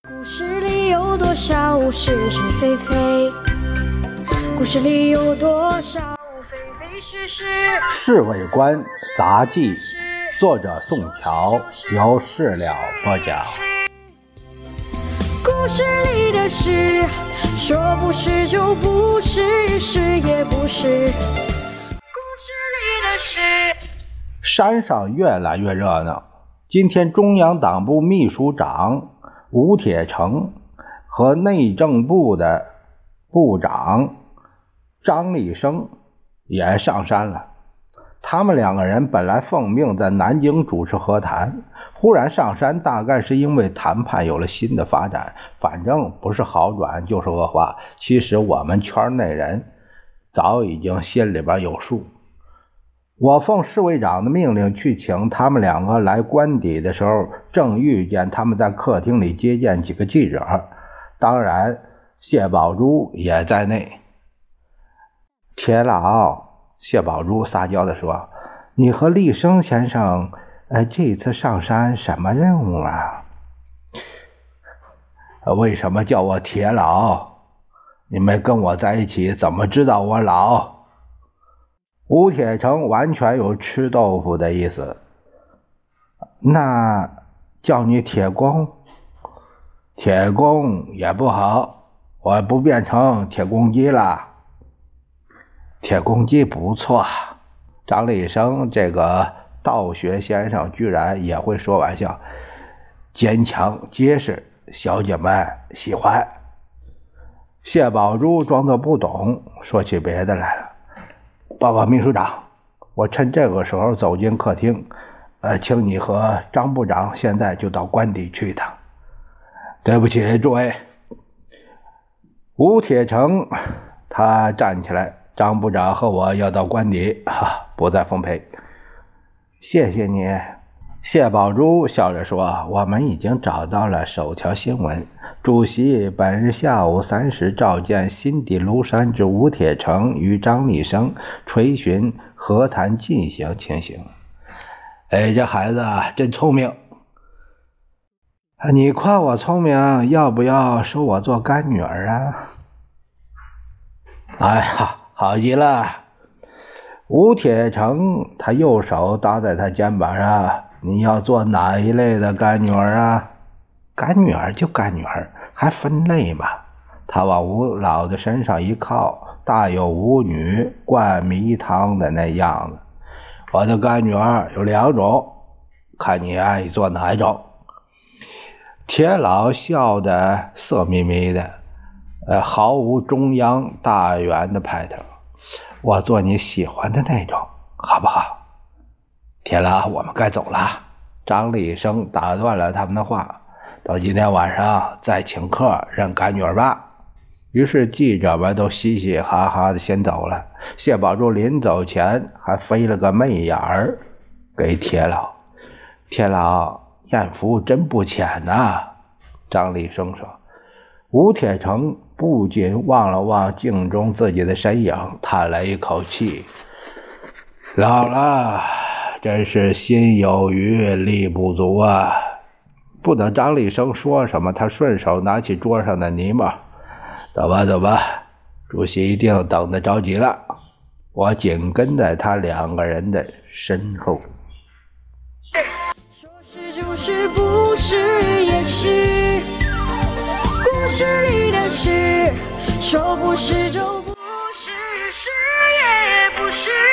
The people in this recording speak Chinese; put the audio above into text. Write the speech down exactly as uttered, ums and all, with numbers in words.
故事里有多少是是非非？故事里有多少非非是是？ 《侍卫官杂记》，作者宋乔，由事了播讲。 故事里的事，说不是就不是，是也不是。故事里的事。 山上越来越热闹。今天中央党部秘书长吴铁城和内政部的部长张立生也上山了。他们两个人本来奉命在南京主持和谈，忽然上山，大概是因为谈判有了新的发展，反正不是好转就是恶化。其实我们圈内人早已经心里边有数。我奉侍卫长的命令去请他们两个来官邸的时候，正遇见他们在客厅里接见几个记者，当然谢宝珠也在内。铁老，谢宝珠撒娇地说，你和立生先生呃，这次上山什么任务啊？为什么叫我铁老？你没跟我在一起怎么知道我老？吴铁城完全有吃豆腐的意思。那叫你铁公？铁公也不好，我不变成铁公鸡了。铁公鸡不错。张立生这个道学先生居然也会说玩笑，坚强结实，小姐们喜欢。谢宝珠装作不懂，说起别的来了。报告秘书长，我趁这个时候走进客厅，呃，请你和张部长现在就到官邸去一趟。对不起，诸位。吴铁城他站起来，张部长和我要到官邸，哈，不再奉陪。谢谢你。谢宝珠笑着说，我们已经找到了首条新闻，主席本日下午三时召见新地庐山之吴铁城与张立生，垂询和谈进行情形。哎，这孩子真聪明。你夸我聪明，要不要收我做干女儿啊？哎呀，好极了。吴铁城他右手搭在他肩膀上，你要做哪一类的干女儿啊？干女儿就干女儿，还分类吗？他往吴老的身上一靠，大有舞女灌迷汤的那样子。我的干女儿有两种，看你爱做哪一种。铁老笑得色眯眯的，呃，毫无中央大员的派头。我做你喜欢的那种，好不好？铁老，我们该走了。张立生打断了他们的话，等今天晚上再请客认干女儿吧。于是记者们都嘻嘻哈哈的先走了。谢宝珠临走前还飞了个媚眼儿给铁老。铁老，艳福真不浅呐。张立生说。吴铁城不仅望了望镜中自己的身影，叹了一口气，老了真是心有余力不足啊。不等张立生说什么，他顺手拿起桌上的泥巴，走吧走吧，主席一定等得着急了。我紧跟在他两个人的身后。 说是就是，不是也是。故事里的事，说不是就不是，是也不是。